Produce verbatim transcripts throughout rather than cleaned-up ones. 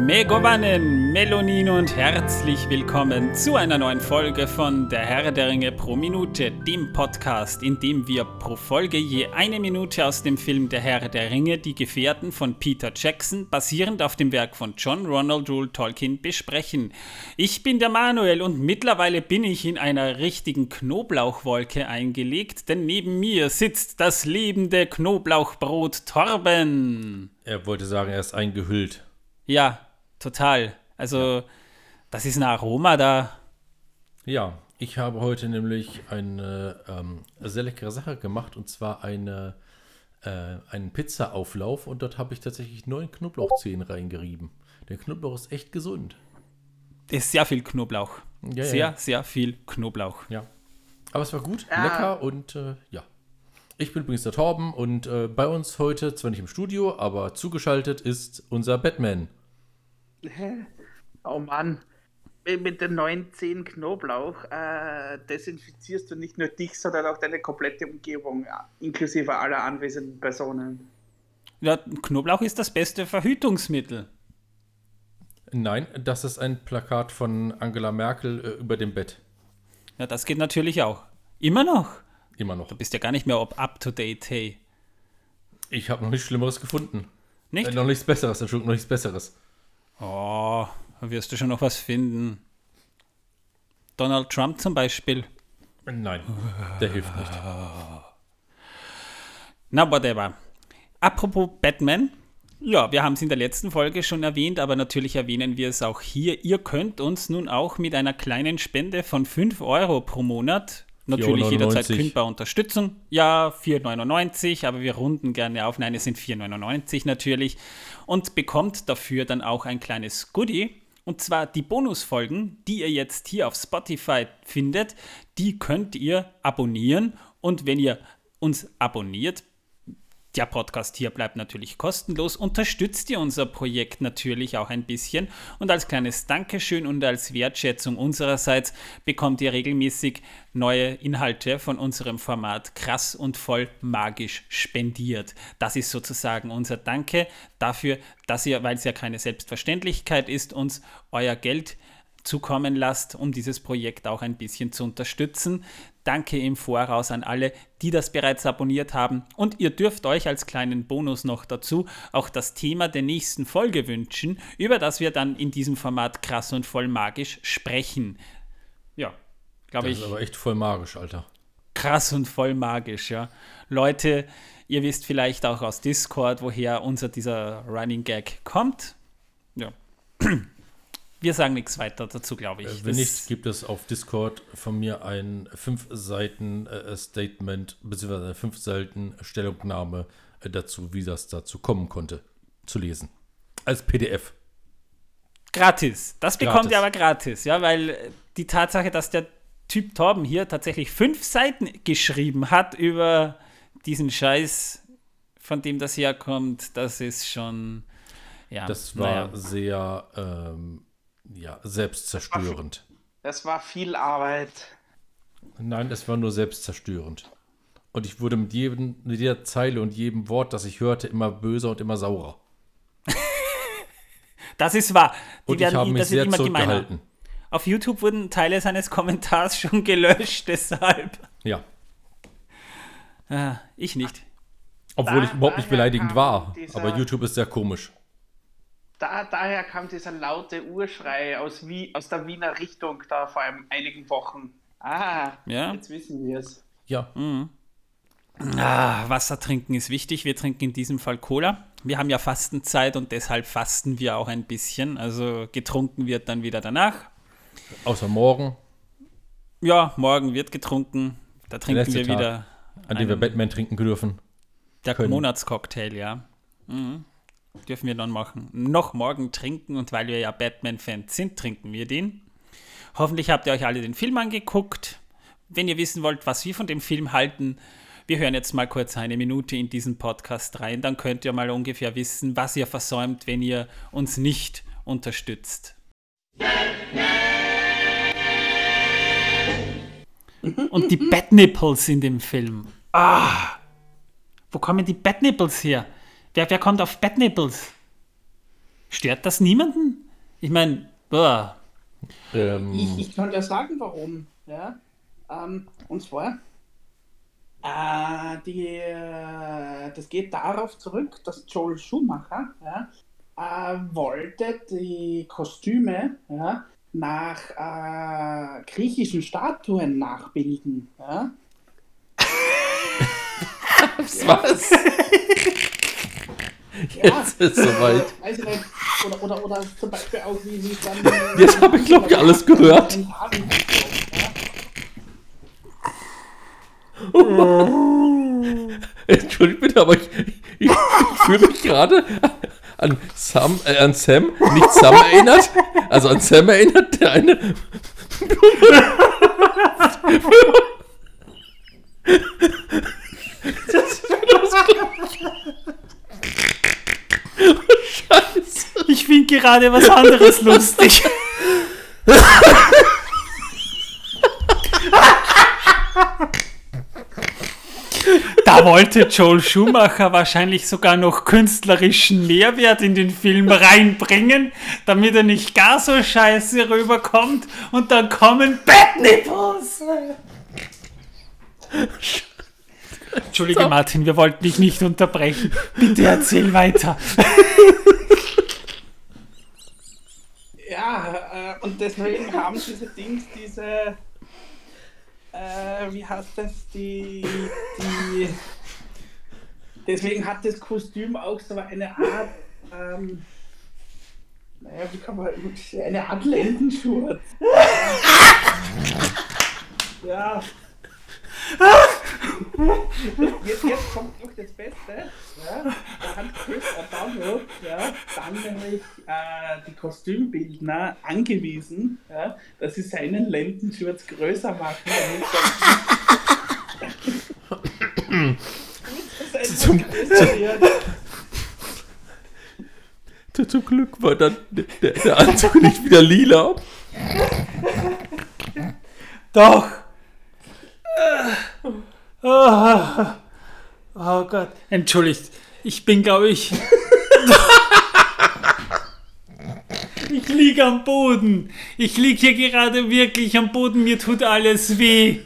Megowannen, Melonin und herzlich willkommen zu einer neuen Folge von Der Herr der Ringe pro Minute, dem Podcast, in dem wir pro Folge je eine Minute aus dem Film Der Herr der Ringe, die Gefährten von Peter Jackson, basierend auf dem Werk von John Ronald Reuel Tolkien, besprechen. Ich bin der Manuel und mittlerweile bin ich in einer richtigen Knoblauchwolke eingelegt, denn neben mir sitzt das lebende Knoblauchbrot Torben. Er wollte sagen, er ist eingehüllt. Ja, total. Also, ja. Das ist ein Aroma da. Ja, ich habe heute nämlich eine ähm, sehr leckere Sache gemacht, und zwar eine, äh, einen Pizzaauflauf, und dort habe ich tatsächlich neun Knoblauchzehen reingerieben. Der Knoblauch ist echt gesund. Ist sehr viel Knoblauch. Ja, sehr, ja. sehr viel Knoblauch. Ja. Aber es war gut, Ah. lecker und äh, ja. Ich bin übrigens der Torben und äh, bei uns heute, zwar nicht im Studio, aber zugeschaltet ist unser Batman. Oh Mann, mit den neuen zehn Knoblauch äh, desinfizierst du nicht nur dich, sondern auch deine komplette Umgebung, inklusive aller anwesenden Personen. Ja, Knoblauch ist das beste Verhütungsmittel. Nein, das ist ein Plakat von Angela Merkel äh, über dem Bett. Ja, das geht natürlich auch. Immer noch. Immer noch. Du bist ja gar nicht mehr up to date, hey. Ich habe noch nichts Schlimmeres gefunden. Nicht? Äh, noch nichts Besseres, Entschuldigung, noch nichts Besseres. Oh, da wirst du schon noch was finden. Donald Trump zum Beispiel. Nein, der hilft nicht. Na, whatever. Apropos Batman. Ja, wir haben es in der letzten Folge schon erwähnt, aber natürlich erwähnen wir es auch hier. Ihr könnt uns nun auch mit einer kleinen Spende von fünf Euro pro Monat natürlich jederzeit kündbar unterstützen. Ja, vier neunundneunzig, aber wir runden gerne auf. Nein, es sind vier neunundneunzig natürlich. Und bekommt dafür dann auch ein kleines Goodie. Und zwar die Bonusfolgen, die ihr jetzt hier auf Spotify findet, die könnt ihr abonnieren. Und wenn ihr uns abonniert, der Podcast hier bleibt natürlich kostenlos, unterstützt ihr unser Projekt natürlich auch ein bisschen, und als kleines Dankeschön und als Wertschätzung unsererseits bekommt ihr regelmäßig neue Inhalte von unserem Format Krass und voll magisch spendiert. Das ist sozusagen unser Danke dafür, dass ihr, weil es ja keine Selbstverständlichkeit ist, uns euer Geld zukommen lasst, um dieses Projekt auch ein bisschen zu unterstützen. Danke im Voraus an alle, die das bereits abonniert haben. Und ihr dürft euch als kleinen Bonus noch dazu auch das Thema der nächsten Folge wünschen, über das wir dann in diesem Format Krass und voll magisch sprechen. Ja, glaube ich. Das ist aber echt voll magisch, Alter. Krass und voll magisch, ja. Leute, ihr wisst vielleicht auch aus Discord, woher unser dieser Running Gag kommt. Ja. Wir sagen nichts weiter dazu, glaube ich. Wenn das nicht, gibt es auf Discord von mir ein fünf Seiten äh, Statement bzw. eine fünf Seiten Stellungnahme äh, dazu, wie das dazu kommen konnte, zu lesen. Als P D F. Gratis. Das bekommt Gratis. ihr aber gratis, ja, weil die Tatsache, dass der Typ Torben hier tatsächlich fünf Seiten geschrieben hat über diesen Scheiß, von dem das herkommt, das ist schon, ja. Das war naja. sehr ähm, ja, selbstzerstörend. Das war viel Arbeit. Nein, es war nur selbstzerstörend. Und ich wurde mit, jedem, mit jeder Zeile und jedem Wort, das ich hörte, immer böser und immer saurer. Das ist wahr. Die und werden, ich habe mich das sehr immer zurückgehalten. gemeiner. Auf YouTube wurden Teile seines Kommentars schon gelöscht, deshalb. Ja. Ah, ich nicht. Obwohl Da- ich überhaupt nicht daher beleidigend kam war. dieser- Aber YouTube ist sehr komisch. Da, daher kam dieser laute Urschrei aus, Wie, aus der Wiener Richtung da vor einigen Wochen. Ah, Ja. jetzt wissen wir es. Ja. Ah, Wasser trinken ist wichtig. Wir trinken in diesem Fall Cola. Wir haben ja Fastenzeit und deshalb fasten wir auch ein bisschen. Also getrunken wird dann wieder danach. Außer morgen, Ja, morgen wird getrunken. Da trinken letzte wir Tag, wieder an dem wir einen- Batman trinken dürfen. der können. Monatscocktail, ja. Mhm. Dürfen wir dann machen. Noch morgen trinken, und weil wir ja Batman-Fans sind, trinken wir den. Hoffentlich habt ihr euch alle den Film angeguckt. Wenn ihr wissen wollt, was wir von dem Film halten, wir hören jetzt mal kurz eine Minute in diesen Podcast rein. Dann könnt ihr mal ungefähr wissen, was ihr versäumt, wenn ihr uns nicht unterstützt. Und die Batnipples in dem Film. Ah! Wo kommen die Batnipples her? Wer, wer kommt auf Batnipples? Stört das niemanden? Ich meine, boah. Ähm, Ich, ich kann dir sagen, warum. Ja? Ähm, und zwar, äh, die, äh, das geht darauf zurück, dass Joel Schumacher ja, äh, wollte die Kostüme ja, nach äh, griechischen Statuen nachbilden. Ja? was? Jetzt ist es soweit. Äh, weiß ich nicht. Oder, oder, oder zum Beispiel auch, wie wie es dann. Jetzt habe ich, glaube ich, alles gehört. Entschuldigung bitte, aber ich, ich, ich fühle mich gerade an Sam, äh, an Sam, nicht Sam erinnert, also an Sam erinnert, der eine Scheiße. Ich finde gerade was anderes lustig. Da wollte Joel Schumacher wahrscheinlich sogar noch künstlerischen Mehrwert in den Film reinbringen, damit er nicht gar so scheiße rüberkommt und dann kommen Bettnippels. Entschuldige Martin, wir wollten dich nicht unterbrechen. Bitte erzähl weiter. Ja, äh, und deswegen haben diese Dings, diese, äh, wie heißt das, die, die, deswegen hat das Kostüm auch so eine Art, ähm, naja, wie kann man, eine Art Lendenschurz. Ja. Jetzt, jetzt kommt noch das Beste, ja, da hat Chris O'Donnell, ja, dann nämlich äh, die Kostümbildner angewiesen, ja, dass sie seinen Lendenschurz größer machen, damit das Zum- größer wird. zum Glück war dann der, der Anzug nicht wieder lila. Doch. Oh, oh Gott. Entschuldigt. Ich bin, glaube ich. Ich liege am Boden. Ich liege hier gerade wirklich am Boden. Mir tut alles weh.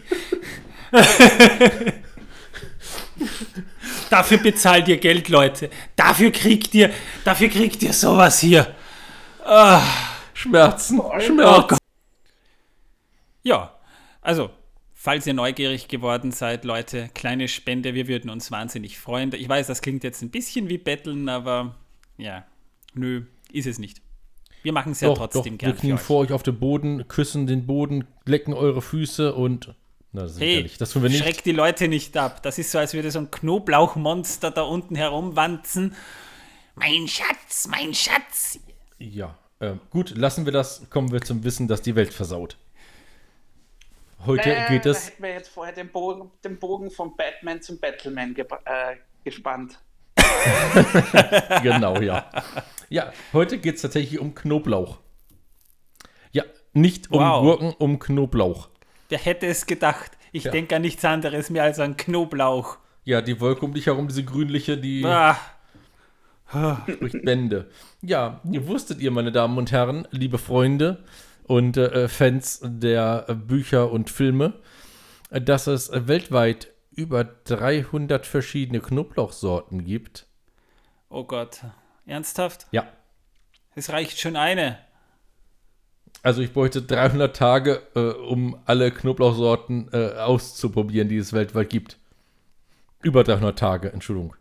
Dafür bezahlt ihr Geld, Leute. Dafür kriegt ihr, dafür kriegt ihr sowas hier. Ah. Schmerzen, Oh Schmerzen. Gott. Ja, also, falls ihr neugierig geworden seid, Leute, kleine Spende, wir würden uns wahnsinnig freuen. Ich weiß, das klingt jetzt ein bisschen wie Betteln, aber ja, nö, ist es nicht. Wir machen es ja Doch, trotzdem doch, gern wir knien für euch. vor euch auf dem Boden, küssen den Boden, lecken eure Füße und... Na, das ist Hey, lächerlich. Das tun wir nicht. schreckt die Leute nicht ab. Das ist so, als würde so ein Knoblauchmonster da unten herumwanzen. Mein Schatz, mein Schatz. Ja, ähm, gut, lassen wir das. Kommen wir zum Wissen, dass die Welt versaut. Heute Äh, geht Da es... hätten wir jetzt vorher den Bogen, den Bogen von Batman zum Battleman ge äh, gespannt. Genau, ja. Ja, heute geht es tatsächlich um Knoblauch. Ja, nicht um Wow. Gurken, um Knoblauch. Wer hätte es gedacht? Ich Ja. denke an nichts anderes mehr als an Knoblauch. Ja, die Wolke um dich herum, diese grünliche, die Ah, spricht Bände. Ja, ihr wusstet ihr, meine Damen und Herren, liebe Freunde und äh, Fans der äh, Bücher und Filme, äh, dass es äh, weltweit über dreihundert verschiedene Knoblauchsorten gibt. oh Gott. Ernsthaft? Ja, Es reicht schon eine. also ich bräuchte dreihundert Tage, äh, um alle Knoblauchsorten äh, auszuprobieren, die es weltweit gibt. Über dreihundert Tage, Entschuldigung.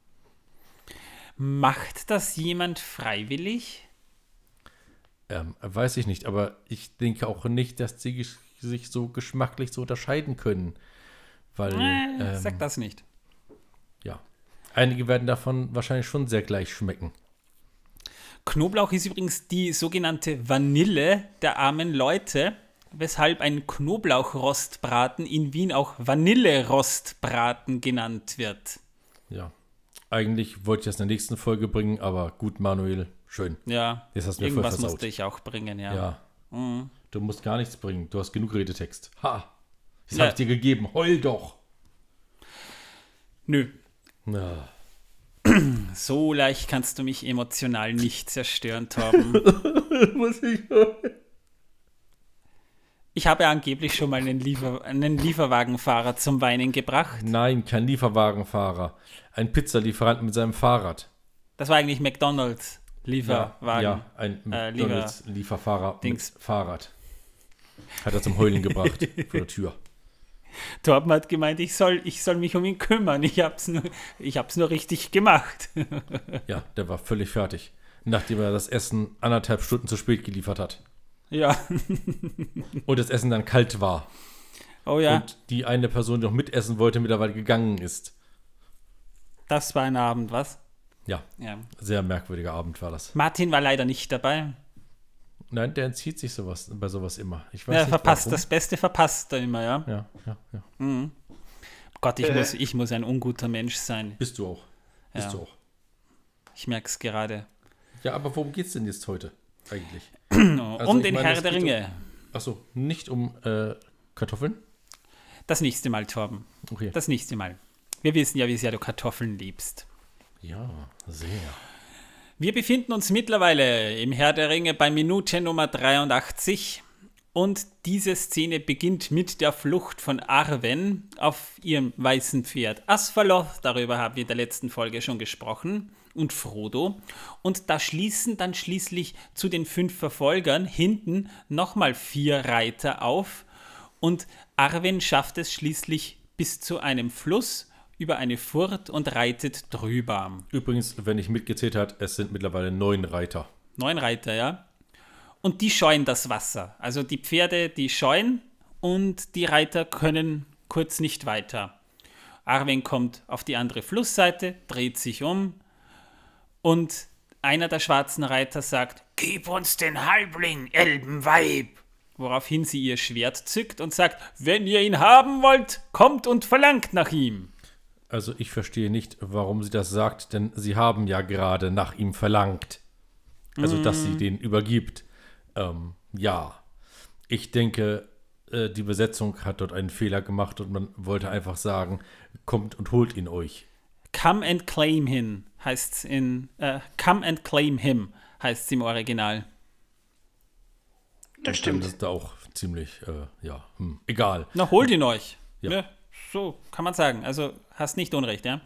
Macht das jemand freiwillig? Ähm, weiß ich nicht, aber ich denke auch nicht, dass die gesch- sich so geschmacklich so unterscheiden können. Weil, Äh, ähm, sag das nicht. ja, einige werden davon wahrscheinlich schon sehr gleich schmecken. Knoblauch ist übrigens die sogenannte Vanille der armen Leute, weshalb ein Knoblauchrostbraten in Wien auch Vanillerostbraten genannt wird. Ja, eigentlich wollte ich das in der nächsten Folge bringen, aber gut, Manuel, schön. Ja, Jetzt hast du mir voll irgendwas versaut. musste ich auch bringen, ja. Ja, Mhm. du musst gar nichts bringen, du hast genug Redetext. Ha, das Ja. habe ich dir gegeben, heul doch. Nö. Ja. So leicht kannst du mich emotional nicht zerstören, Torben. Muss ich Ich habe angeblich schon mal einen, Liefer- einen Lieferwagenfahrer zum Weinen gebracht. Nein, kein Lieferwagenfahrer. Ein Pizzalieferant mit seinem Fahrrad. Das war eigentlich McDonald's Lieferwagen. Ja, ein äh, McDonalds-Lieferfahrer Dings. mit Fahrrad. Hat er zum Heulen gebracht vor der Tür. Torben hat gemeint, ich soll, ich soll mich um ihn kümmern. Ich hab's nur, ich hab's nur richtig gemacht. Ja, der war völlig fertig. Nachdem er das Essen anderthalb Stunden zu spät geliefert hat. Ja. Und das Essen dann kalt war. Oh ja, Und die eine Person, die noch mitessen wollte, mittlerweile gegangen ist. das war ein Abend, was? Ja, Ja. sehr merkwürdiger Abend war das. Martin war leider nicht dabei. Nein, der entzieht sich sowas bei sowas immer. Ich weiß Er nicht, verpasst warum. das Beste, verpasst er immer, ja. Ja, ja, ja. Gott, ich, Äh. muss, ich muss ein unguter Mensch sein. Bist du auch. Bist Ja. du auch. Ich merk's gerade. Ja, aber worum geht's denn jetzt heute eigentlich? um Also ich den meine, Herr es der geht um- Ringe. Achso, nicht um äh, Kartoffeln? Das nächste Mal, Torben. Okay. Das nächste Mal. Wir wissen ja, wie sehr du Kartoffeln liebst. Ja, sehr. Wir befinden uns mittlerweile im Herr der Ringe bei Minute Nummer dreiundachtzig und diese Szene beginnt mit der Flucht von Arwen auf ihrem weißen Pferd Asphaleth, darüber haben wir in der letzten Folge schon gesprochen, und Frodo. Und da schließen dann schließlich zu den fünf Verfolgern hinten nochmal vier Reiter auf und Arwen schafft es schließlich bis zu einem Fluss über eine Furt und reitet drüber. Übrigens, wenn ich mitgezählt habe, es sind mittlerweile neun Reiter. Neun Reiter, ja. Und die scheuen das Wasser. Also die Pferde, die scheuen und die Reiter können kurz nicht weiter. Arwen kommt auf die andere Flussseite, dreht sich um und einer der schwarzen Reiter sagt, gib uns den Halbling, Elbenweib. Woraufhin sie ihr Schwert zückt und sagt, wenn ihr ihn haben wollt, kommt und verlangt nach ihm. Also ich verstehe nicht, warum sie das sagt, denn sie haben ja gerade nach ihm verlangt. Also, dass sie den übergibt. Ähm, ja, ich denke, äh, die Besetzung hat dort einen Fehler gemacht und man wollte einfach sagen, kommt und holt ihn euch. Come and claim him heißt's in äh, Come and claim him heißt's im Original. Das stimmt. Das ist da auch ziemlich, äh, ja, hm, egal. Na, holt ihn euch. Ja. Ja, so kann man sagen. Also hast nicht Unrecht, ja.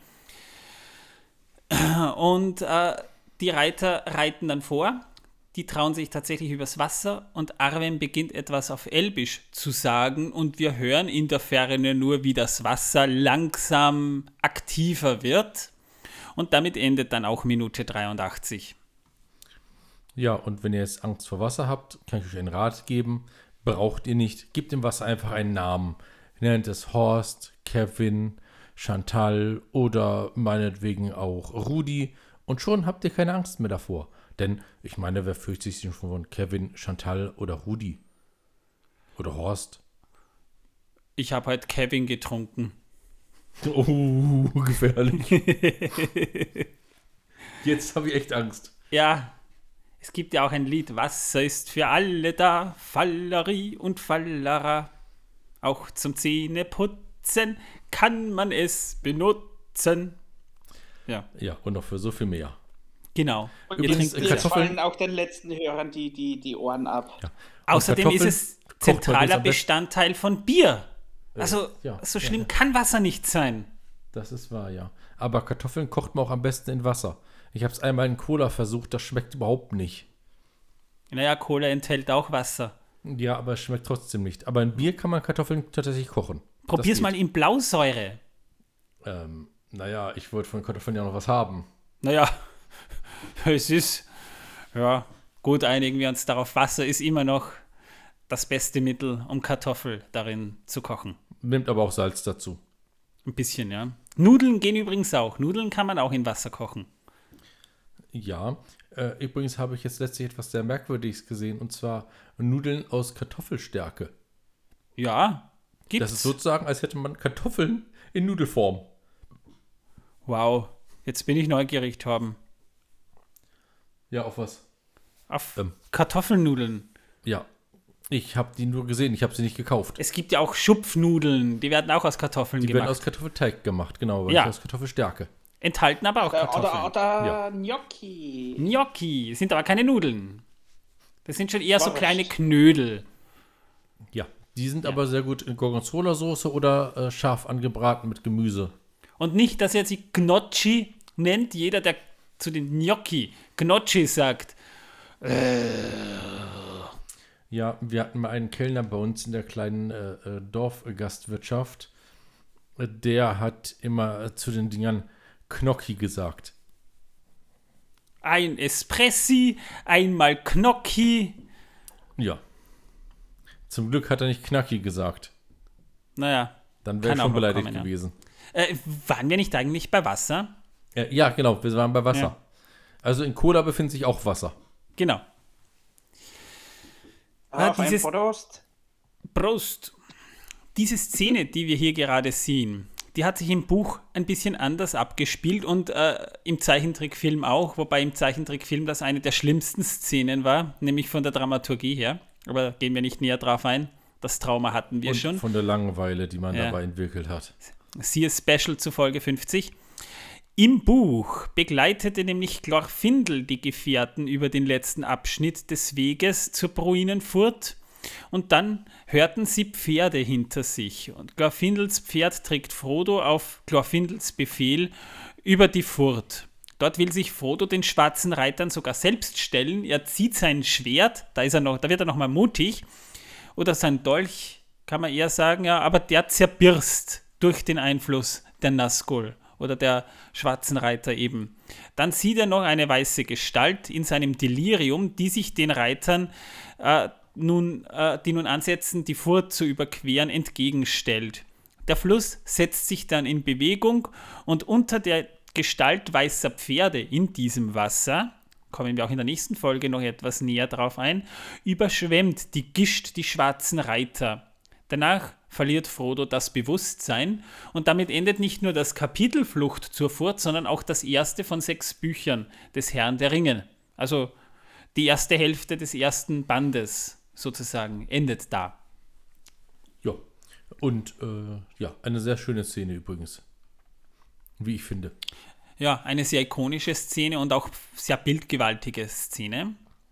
Und äh, die Reiter reiten dann vor. Die trauen sich tatsächlich übers Wasser und Arwen beginnt etwas auf Elbisch zu sagen und wir hören in der Ferne nur, wie das Wasser langsam aktiver wird. Und damit endet dann auch Minute dreiundachtzig. Ja, und wenn ihr jetzt Angst vor Wasser habt, kann ich euch einen Rat geben. Braucht ihr nicht. Gebt dem Wasser einfach einen Namen. Nennt es Horst, Kevin, Chantal oder meinetwegen auch Rudi. Und schon habt ihr keine Angst mehr davor. Denn, ich meine, wer fürchtet sich schon von Kevin, Chantal oder Rudi? Oder Horst? Ich habe heute Kevin getrunken. Oh, gefährlich. Jetzt habe ich echt Angst. Ja, es gibt ja auch ein Lied, Wasser ist für alle da, Fallerie und Fallerer. Auch zum Zähneputzen kann man es benutzen. Ja, Ja, und noch für so viel mehr. genau. Und Ihr Übrigens, jetzt, trinkt jetzt es ja. Kartoffeln- fallen auch den letzten Hörern die, die, die Ohren ab. Ja. Außerdem ist Kartoffeln es kocht man zentraler jetzt am besten- Bestandteil von Bier. Also, ja, so ja, schlimm ja. kann Wasser nicht sein. Das ist wahr, ja. Aber Kartoffeln kocht man auch am besten in Wasser. Ich habe es einmal in Cola versucht, das schmeckt überhaupt nicht. Naja, Cola enthält auch Wasser. Ja, aber es schmeckt trotzdem nicht. Aber in Bier kann man Kartoffeln tatsächlich kochen. Probier's Das mal geht. in Blausäure. Ähm, naja, ich wollte von Kartoffeln ja noch was haben. Naja, es ist, ja, gut, einigen wir uns darauf. Wasser ist immer noch das beste Mittel, um Kartoffel darin zu kochen. Nimmt aber auch Salz dazu. Ein bisschen, ja. Nudeln gehen übrigens auch. Nudeln kann man auch in Wasser kochen. Ja, äh, übrigens habe ich jetzt letztlich etwas sehr Merkwürdiges gesehen, und zwar Nudeln aus Kartoffelstärke. Ja, gibt's. Das ist sozusagen, als hätte man Kartoffeln in Nudelform. Wow, jetzt bin ich neugierig, Torben. Ja, auf was? Auf Ähm. Kartoffelnudeln. Ja, ich habe die nur gesehen, ich habe sie nicht gekauft. Es gibt ja auch Schupfnudeln, die werden auch aus Kartoffeln Die gemacht. werden aus Kartoffelteig gemacht, genau, aber Ja. nicht aus Kartoffelstärke. Enthalten aber auch Oder, Kartoffeln. oder, oder Ja. Gnocchi. Gnocchi sind aber keine Nudeln. Das sind schon eher so Wurst. kleine Knödel. Ja, die sind Ja. aber sehr gut in Gorgonzola-Soße oder äh, scharf angebraten mit Gemüse. Und nicht, dass er sie Gnocchi nennt. Jeder, der zu den Gnocchi Gnocchi sagt. Ja, wir hatten mal einen Kellner bei uns in der kleinen äh, äh, Dorfgastwirtschaft. Äh, Der hat immer äh, zu den Dingern Gnocchi gesagt. Ein Espressi, einmal Gnocchi. Ja. Zum Glück hat er nicht Knacki gesagt. Naja, Dann wäre Kann ich schon auch noch beleidigt kommen, ja. gewesen. äh, waren wir nicht eigentlich bei Wasser? Ja, ja, genau, wir waren bei Wasser. Ja. Also in Cola befindet sich auch Wasser. Genau. Ah, Auf ein dieses- Prost. Prost. Diese Szene, die wir hier gerade sehen, die hat sich im Buch ein bisschen anders abgespielt und äh, im Zeichentrickfilm auch, wobei im Zeichentrickfilm das eine der schlimmsten Szenen war, nämlich von der Dramaturgie her. Aber gehen wir nicht näher drauf ein. Das Trauma hatten wir Und schon. von der Langeweile, die man Ja. dabei entwickelt hat. Siehe Special zu Folge fünfzig. Im Buch begleitete nämlich Glorfindel die Gefährten über den letzten Abschnitt des Weges zur Bruinenfurt und dann hörten sie Pferde hinter sich. Und Glorfindels Pferd trägt Frodo auf Glorfindels Befehl über die Furt. Dort will sich Frodo den schwarzen Reitern sogar selbst stellen. Er zieht sein Schwert, da, ist er noch, da wird er nochmal mutig, oder sein Dolch, kann man eher sagen, ja, aber der zerbirst durch den Einfluss der Nazgul oder der schwarzen Reiter eben. Dann sieht er noch eine weiße Gestalt in seinem Delirium, die sich den Reitern, äh, nun, äh, die nun ansetzen, die Furt zu überqueren, entgegenstellt. Der Fluss setzt sich dann in Bewegung und unter der Gestalt weißer Pferde in diesem Wasser, kommen wir auch in der nächsten Folge noch etwas näher drauf ein, überschwemmt die Gischt die schwarzen Reiter. Danach verliert Frodo das Bewusstsein und damit endet nicht nur das Kapitel Flucht zur Furt, sondern auch das erste von sechs Büchern des Herrn der Ringe. Also die erste Hälfte des ersten Bandes sozusagen endet da. Ja. Und äh, ja, eine sehr schöne Szene übrigens. Wie ich finde. Ja, eine sehr ikonische Szene und auch sehr bildgewaltige Szene.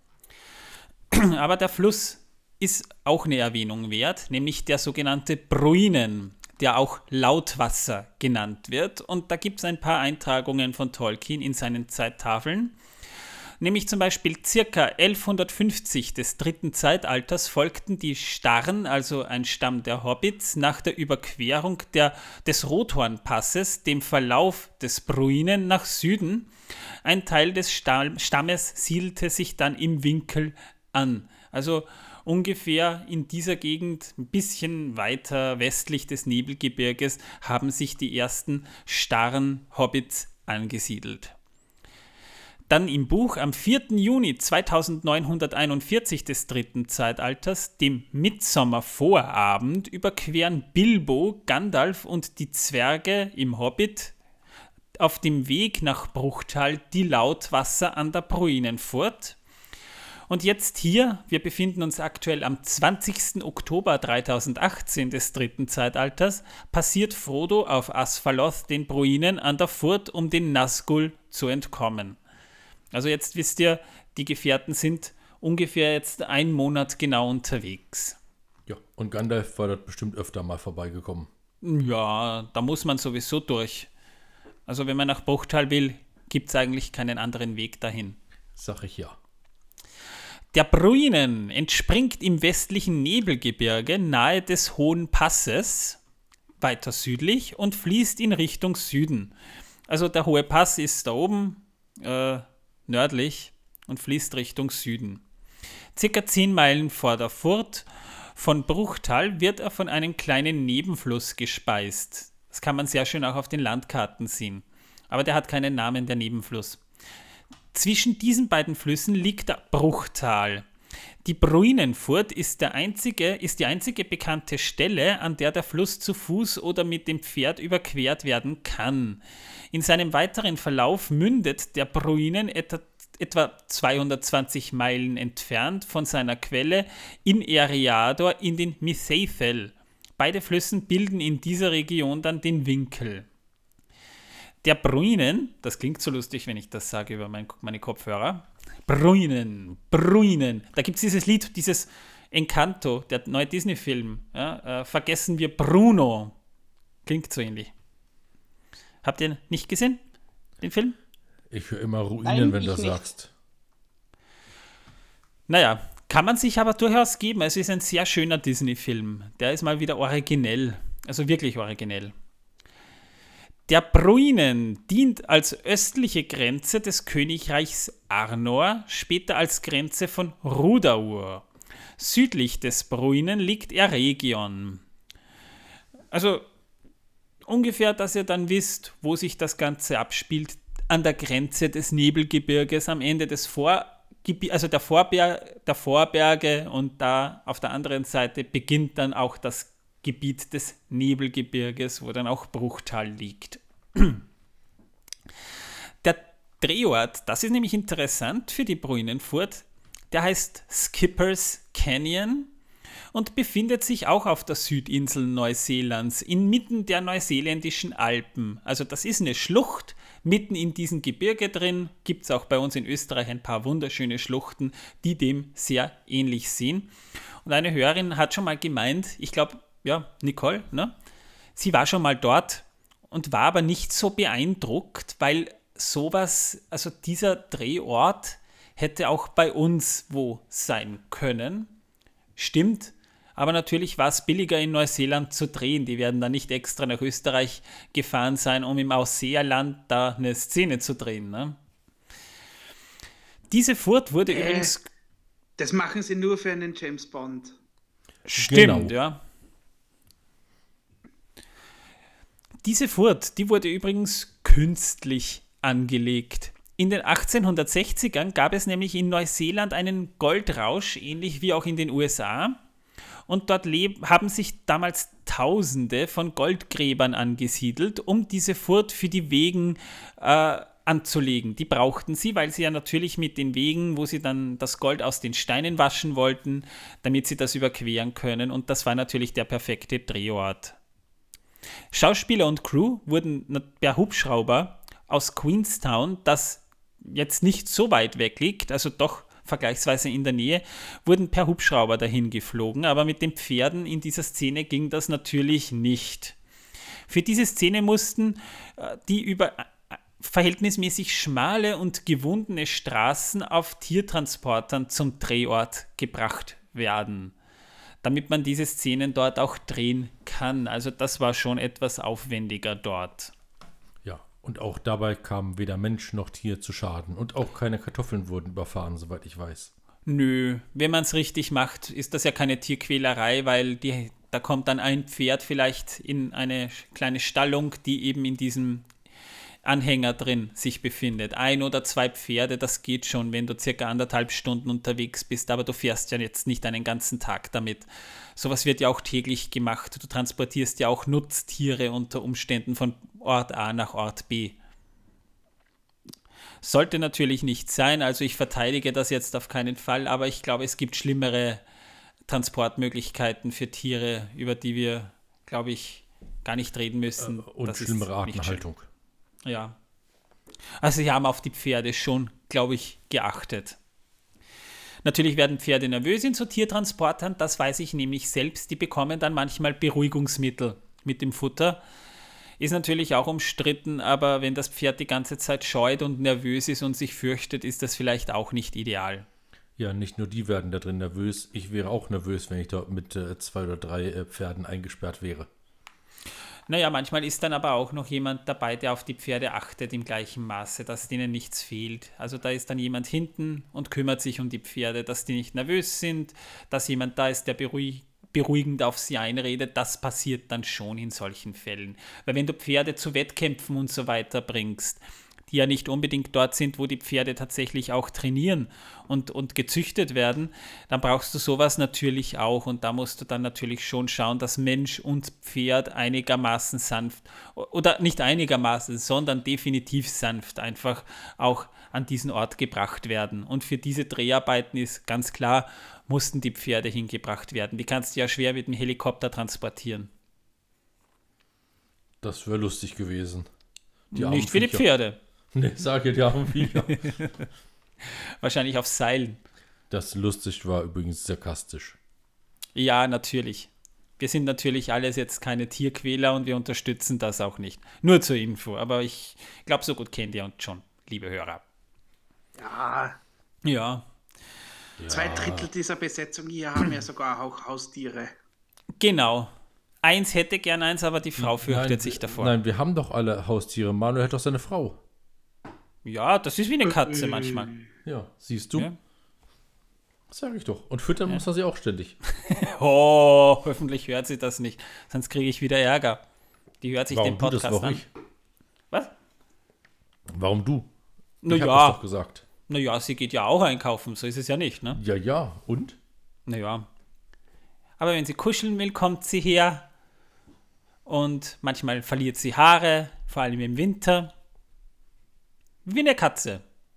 Aber der Fluss ist auch eine Erwähnung wert, nämlich der sogenannte Bruinen, der auch Lautwasser genannt wird. Und da gibt es ein paar Eintragungen von Tolkien in seinen Zeittafeln. Nämlich zum Beispiel circa elfhundertfünfzig des dritten Zeitalters folgten die Starren, also ein Stamm der Hobbits, nach der Überquerung der, des Rothornpasses, dem Verlauf des Bruinen nach Süden. Ein Teil des Stamm, Stammes siedelte sich dann im Winkel an. Also ungefähr in dieser Gegend, ein bisschen weiter westlich des Nebelgebirges, haben sich die ersten starren Hobbits angesiedelt. Dann im Buch am vierten Juni zweitausendneunhunderteinundvierzig des dritten Zeitalters, dem Mittsommervorabend, überqueren Bilbo, Gandalf und die Zwerge im Hobbit auf dem Weg nach Bruchtal die Lautwasser an der Bruinenfurt. Und jetzt hier, wir befinden uns aktuell am zwanzigsten Oktober dreitausendachtzehn des dritten Zeitalters, passiert Frodo auf Asfaloth den Bruinen an der Furt, um den Nazgul zu entkommen. Also jetzt wisst ihr, die Gefährten sind ungefähr jetzt einen Monat genau unterwegs. Ja, und Gandalf war dort bestimmt öfter mal vorbeigekommen. Ja, da muss man sowieso durch. Also wenn man nach Bruchtal will, gibt es eigentlich keinen anderen Weg dahin. Sag ich ja. Der Bruinen entspringt im westlichen Nebelgebirge nahe des Hohen Passes, weiter südlich, und fließt in Richtung Süden. Also der Hohe Pass ist da oben, äh, nördlich, und fließt Richtung Süden. Circa zehn Meilen vor der Furt von Bruchtal wird er von einem kleinen Nebenfluss gespeist. Das kann man sehr schön auch auf den Landkarten sehen. Aber der hat keinen Namen, der Nebenfluss. Zwischen diesen beiden Flüssen liegt der Bruchtal. Die Bruinenfurt ist, der einzige, ist die einzige bekannte Stelle, an der der Fluss zu Fuß oder mit dem Pferd überquert werden kann. In seinem weiteren Verlauf mündet der Bruinen etwa, etwa zweihundertzwanzig Meilen entfernt von seiner Quelle in Eriador in den Mithaithel. Beide Flüsse bilden in dieser Region dann den Winkel. Der Bruinen, das klingt so lustig, wenn ich das sage über mein, meine Kopfhörer. Bruinen, Bruinen. Da gibt es dieses Lied, dieses Encanto, der neue Disney-Film. Ja, äh, Vergessen wir Bruno. Klingt so ähnlich. Habt ihr nicht gesehen, den Film? Ich höre immer Ruinen, Nein, wenn ich du das nicht. sagst. Naja, kann man sich aber durchaus geben. Es ist ein sehr schöner Disney-Film. Der ist mal wieder originell. Also wirklich originell. Der Bruinen dient als östliche Grenze des Königreichs Arnor, später als Grenze von Rudaur. Südlich des Bruinen liegt Eregion. Also ungefähr, dass ihr dann wisst, wo sich das Ganze abspielt, an der Grenze des Nebelgebirges, am Ende des Vorgebi- also der, Vorber- der Vorberge, und da auf der anderen Seite beginnt dann auch das Gebiet des Nebelgebirges, wo dann auch Bruchtal liegt. Der Drehort, das ist nämlich interessant für die Bruinenfurt, der heißt Skippers Canyon und befindet sich auch auf der Südinsel Neuseelands, inmitten der neuseeländischen Alpen. Also das ist eine Schlucht, mitten in diesem Gebirge drin, gibt es auch bei uns in Österreich ein paar wunderschöne Schluchten, die dem sehr ähnlich sehen. Und eine Hörerin hat schon mal gemeint, ich glaube, ja, Nicole, ne? Sie war schon mal dort und war aber nicht so beeindruckt, weil sowas, also dieser Drehort hätte auch bei uns wo sein können. Stimmt, aber natürlich war es billiger in Neuseeland zu drehen. Die werden dann nicht extra nach Österreich gefahren sein, um im Ausseerland da eine Szene zu drehen. Ne? Diese Furt wurde Äh, übrigens... Das machen sie nur für einen James Bond. Stimmt, Genau. ja. Diese Furt, die wurde übrigens künstlich angelegt. In den achtzehnhundertsechzigern gab es nämlich in Neuseeland einen Goldrausch, ähnlich wie auch in den U S A. Und dort leb- haben sich damals Tausende von Goldgräbern angesiedelt, um diese Furt für die Wegen äh, anzulegen. Die brauchten sie, weil sie ja natürlich mit den Wegen, wo sie dann das Gold aus den Steinen waschen wollten, damit sie das überqueren können. Und das war natürlich der perfekte Drehort. Schauspieler und Crew wurden per Hubschrauber aus Queenstown, das jetzt nicht so weit weg liegt, also doch vergleichsweise in der Nähe, wurden per Hubschrauber dahin geflogen, aber mit den Pferden in dieser Szene ging das natürlich nicht. Für diese Szene mussten äh, die über äh, verhältnismäßig schmale und gewundene Straßen auf Tiertransportern zum Drehort gebracht werden, damit man diese Szenen dort auch drehen kann. Also das war schon etwas aufwendiger dort. Ja, und auch dabei kam weder Mensch noch Tier zu Schaden. Und auch keine Kartoffeln wurden überfahren, soweit ich weiß. Nö, wenn man es richtig macht, ist das ja keine Tierquälerei, weil die, da kommt dann ein Pferd vielleicht in eine kleine Stallung, die eben in diesem Anhänger drin sich befindet. Ein oder zwei Pferde, das geht schon, wenn du circa anderthalb Stunden unterwegs bist, aber du fährst ja jetzt nicht einen ganzen Tag damit. Sowas wird ja auch täglich gemacht. Du transportierst ja auch Nutztiere unter Umständen von Ort A nach Ort B. Sollte natürlich nicht sein, also ich verteidige das jetzt auf keinen Fall, aber ich glaube, es gibt schlimmere Transportmöglichkeiten für Tiere, über die wir, glaube ich, gar nicht reden müssen. Äh, und Das ist schlimmere nicht schön. Artenhaltung. Ja. Also sie haben auf die Pferde schon, glaube ich, geachtet. Natürlich werden Pferde nervös in so Tiertransportern, das weiß ich nämlich selbst. Die bekommen dann manchmal Beruhigungsmittel mit dem Futter. Ist natürlich auch umstritten, aber wenn das Pferd die ganze Zeit scheut und nervös ist und sich fürchtet, ist das vielleicht auch nicht ideal. Ja, nicht nur die werden da drin nervös. Ich wäre auch nervös, wenn ich dort mit äh, zwei oder drei äh, Pferden eingesperrt wäre. Naja, manchmal ist dann aber auch noch jemand dabei, der auf die Pferde achtet im gleichen Maße, dass denen nichts fehlt. Also da ist dann jemand hinten und kümmert sich um die Pferde, dass die nicht nervös sind, dass jemand da ist, der beruhig, beruhigend auf sie einredet. Das passiert dann schon in solchen Fällen. Weil wenn du Pferde zu Wettkämpfen und so weiter bringst, die ja nicht unbedingt dort sind, wo die Pferde tatsächlich auch trainieren und, und gezüchtet werden, dann brauchst du sowas natürlich auch. Und da musst du dann natürlich schon schauen, dass Mensch und Pferd einigermaßen sanft, oder nicht einigermaßen, sondern definitiv sanft einfach auch an diesen Ort gebracht werden. Und für diese Dreharbeiten ist ganz klar, mussten die Pferde hingebracht werden. Die kannst du ja schwer mit dem Helikopter transportieren. Das wäre lustig gewesen. Die armen Nicht für die Viecher. Pferde. Ne, sag ja, die armen Viecher. Wahrscheinlich auf Seilen. Das lustig war übrigens sarkastisch. Ja, natürlich. Wir sind natürlich alles jetzt keine Tierquäler und wir unterstützen das auch nicht. Nur zur Info. Aber ich glaube, so gut kennt ihr uns schon, liebe Hörer. Ja, Ja, zwei Drittel dieser Besetzung hier haben ja sogar auch Haustiere. genau. Eins hätte gern eins, aber die Frau fürchtet nein, sich wir- davor. Nein, wir haben doch alle Haustiere. Manuel hat doch seine Frau. Ja, das ist wie eine Katze manchmal. Ja, siehst du? Ja. Sag ich doch. Und füttern muss er sie auch ständig. Oh, hoffentlich hört sie das nicht. Sonst kriege ich wieder Ärger. Die hört sich den Warum du das, Podcast warum an. ich? Was? Warum du? Na ich hab ja. das doch gesagt. Naja, sie geht ja auch einkaufen, so ist es ja nicht, ne? Ja, ja. Und? Naja. Aber wenn sie kuscheln will, kommt sie her. Und manchmal verliert sie Haare, vor allem im Winter. Wie eine Katze.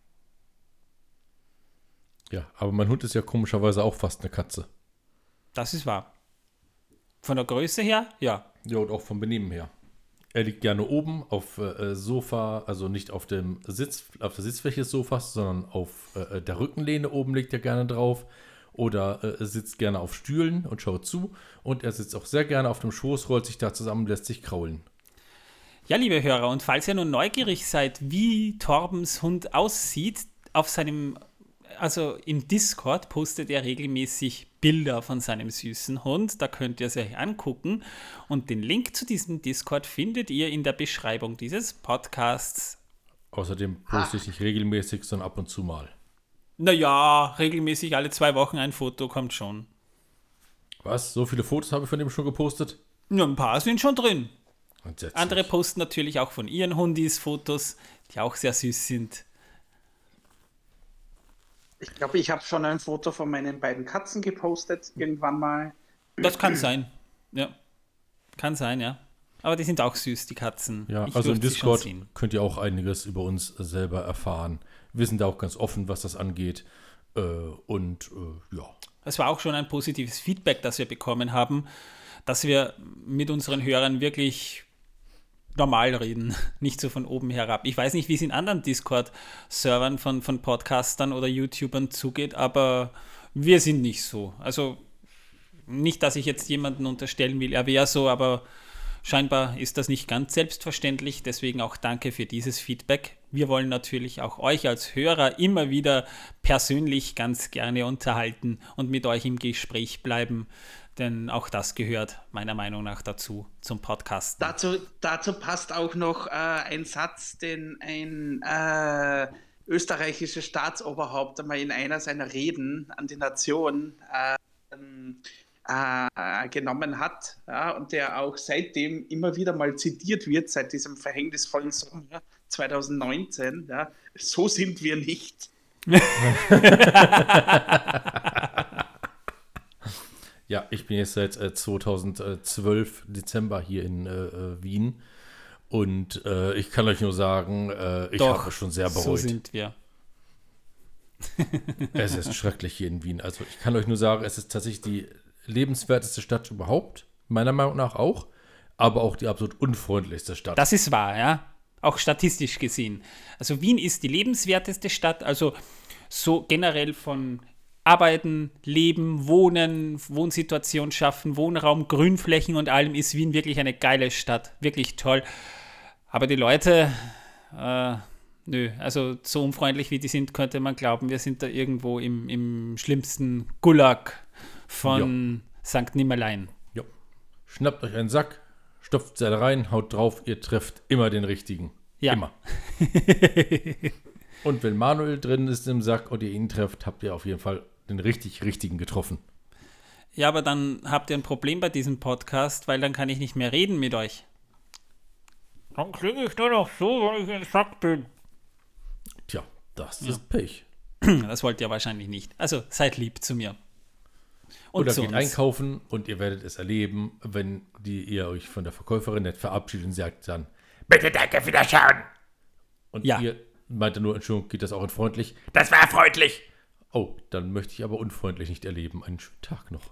Ja, aber mein Hund ist ja komischerweise auch fast eine Katze. Das ist wahr. Von der Größe her, ja. Ja, und auch vom Benehmen her. Er liegt gerne oben auf äh, Sofa, also nicht auf dem Sitz, auf der Sitzfläche des Sofas, sondern auf äh, der Rückenlehne oben liegt er gerne drauf. Oder äh, sitzt gerne auf Stühlen und schaut zu. Und er sitzt auch sehr gerne auf dem Schoß, rollt sich da zusammen, lässt sich kraulen. Ja, liebe Hörer, und falls ihr nun neugierig seid, wie Torbens Hund aussieht, auf seinem, also im Discord postet er regelmäßig Bilder von seinem süßen Hund. Da könnt ihr es euch angucken. Und den Link zu diesem Discord findet ihr in der Beschreibung dieses Podcasts. Außerdem poste ich nicht regelmäßig, sondern ab und zu mal. Naja, regelmäßig alle zwei Wochen ein Foto kommt schon. Was? So viele Fotos habe ich von dem schon gepostet? Ja, ein paar sind schon drin. Entsetzlich. Andere posten natürlich auch von ihren Hundis Fotos, die auch sehr süß sind. Ich glaube, ich habe schon ein Foto von meinen beiden Katzen gepostet, irgendwann mal. Das kann sein. Ja. Kann sein, ja. Aber die sind auch süß, die Katzen. Ja, Ich also im durfte sie schon Discord sehen. könnt ihr auch einiges über uns selber erfahren. Wir sind da auch ganz offen, was das angeht. Äh, und äh, ja. Es war auch schon ein positives Feedback, das wir bekommen haben, dass wir mit unseren Hörern wirklich normal reden, nicht so von oben herab. Ich weiß nicht, wie es in anderen Discord-Servern von, von Podcastern oder YouTubern zugeht, aber wir sind nicht so. Also nicht, dass ich jetzt jemanden unterstellen will, er wäre so, aber scheinbar ist das nicht ganz selbstverständlich. Deswegen auch danke für dieses Feedback. Wir wollen natürlich auch euch als Hörer immer wieder persönlich ganz gerne unterhalten und mit euch im Gespräch bleiben. Denn auch das gehört meiner Meinung nach dazu, zum Podcasten. Dazu, dazu passt auch noch äh, ein Satz, den ein äh, österreichisches Staatsoberhaupt einmal in einer seiner Reden an die Nation äh, äh, genommen hat, ja, und der auch seitdem immer wieder mal zitiert wird, seit diesem verhängnisvollen Sommer zwanzig neunzehn. Ja. So sind wir nicht. Ja, ich bin jetzt seit äh, zweitausendzwölf Dezember hier in äh, Wien und äh, ich kann euch nur sagen, äh, ich Doch, habe es schon sehr bereut. So sind wir. Es ist schrecklich hier in Wien. Also ich kann euch nur sagen, es ist tatsächlich die lebenswerteste Stadt überhaupt, meiner Meinung nach auch, aber auch die absolut unfreundlichste Stadt. Das ist wahr, ja. Auch statistisch gesehen. Also Wien ist die lebenswerteste Stadt, also so generell von Arbeiten, Leben, Wohnen, Wohnsituation schaffen, Wohnraum, Grünflächen und allem ist Wien wirklich eine geile Stadt. Wirklich toll. Aber die Leute, äh, nö, also so unfreundlich wie die sind, könnte man glauben, wir sind da irgendwo im, im schlimmsten Gulag von Sankt Nimmerlein. Ja. Schnappt euch einen Sack, stopft Seil rein, haut drauf, ihr trefft immer den richtigen. Ja. Immer. Und wenn Manuel drin ist im Sack und ihr ihn trefft, habt ihr auf jeden Fall den richtig richtigen getroffen. Ja, aber dann habt ihr ein Problem bei diesem Podcast, weil dann kann ich nicht mehr reden mit euch. Dann klinge ich nur noch so, weil ich im Sack bin. Tja, das ist Pech. Das wollt ihr wahrscheinlich nicht. Also seid lieb zu mir. Und Oder zu geht uns. einkaufen und ihr werdet es erleben, wenn die, ihr euch von der Verkäuferin nett verabschiedet und sagt dann, bitte danke, Wiederschauen. Und Ja. ihr meint nur, Entschuldigung, geht das auch in freundlich? Das war freundlich. Oh, dann möchte ich aber unfreundlich nicht erleben. Einen schönen Tag noch.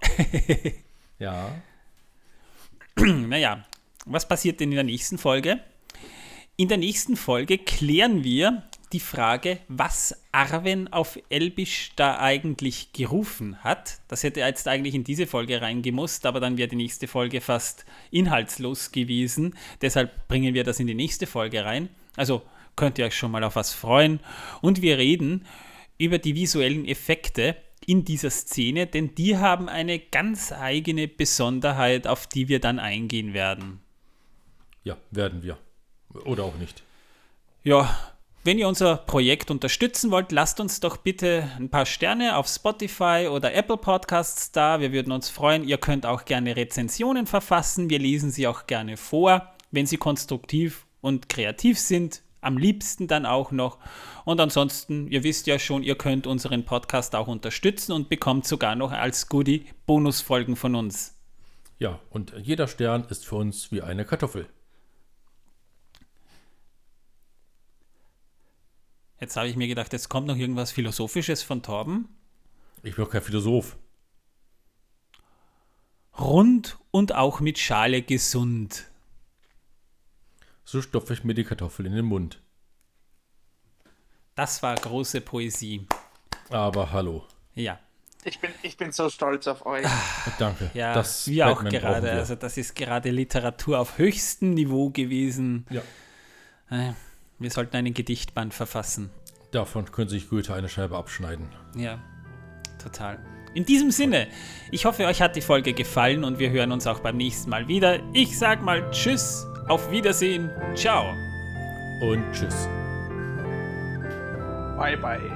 Ja. Naja, was passiert denn in der nächsten Folge? In der nächsten Folge klären wir die Frage, was Arwen auf Elbisch da eigentlich gerufen hat. Das hätte jetzt eigentlich in diese Folge reingemusst, aber dann wäre die nächste Folge fast inhaltslos gewesen. Deshalb bringen wir das in die nächste Folge rein. Also könnt ihr euch schon mal auf was freuen. Und wir reden über die visuellen Effekte in dieser Szene, denn die haben eine ganz eigene Besonderheit, auf die wir dann eingehen werden. Ja, werden wir. Oder auch nicht. Ja, wenn ihr unser Projekt unterstützen wollt, lasst uns doch bitte ein paar Sterne auf Spotify oder Apple Podcasts da. Wir würden uns freuen. Ihr könnt auch gerne Rezensionen verfassen. Wir lesen sie auch gerne vor, wenn sie konstruktiv und kreativ sind. Am liebsten dann auch noch. Und ansonsten, ihr wisst ja schon, ihr könnt unseren Podcast auch unterstützen und bekommt sogar noch als Goodie Bonusfolgen von uns. Ja, und jeder Stern ist für uns wie eine Kartoffel. Jetzt habe ich mir gedacht, jetzt kommt noch irgendwas Philosophisches von Torben. Ich bin doch kein Philosoph. Rund und auch mit Schale gesund. So stopfe ich mir die Kartoffel in den Mund. Das war große Poesie. Aber hallo. Ja. Ich bin, ich bin so stolz auf euch. Danke. Ja, das wir auch Batman brauchen gerade. wir. Also das ist gerade Literatur auf höchstem Niveau gewesen. Ja. Äh, Wir sollten einen Gedichtband verfassen. Davon könnte sich Goethe eine Scheibe abschneiden. Ja, total. In diesem Sinne, ich hoffe, euch hat die Folge gefallen und wir hören uns auch beim nächsten Mal wieder. Ich sag mal Tschüss, auf Wiedersehen, ciao. Und tschüss. Bye, bye.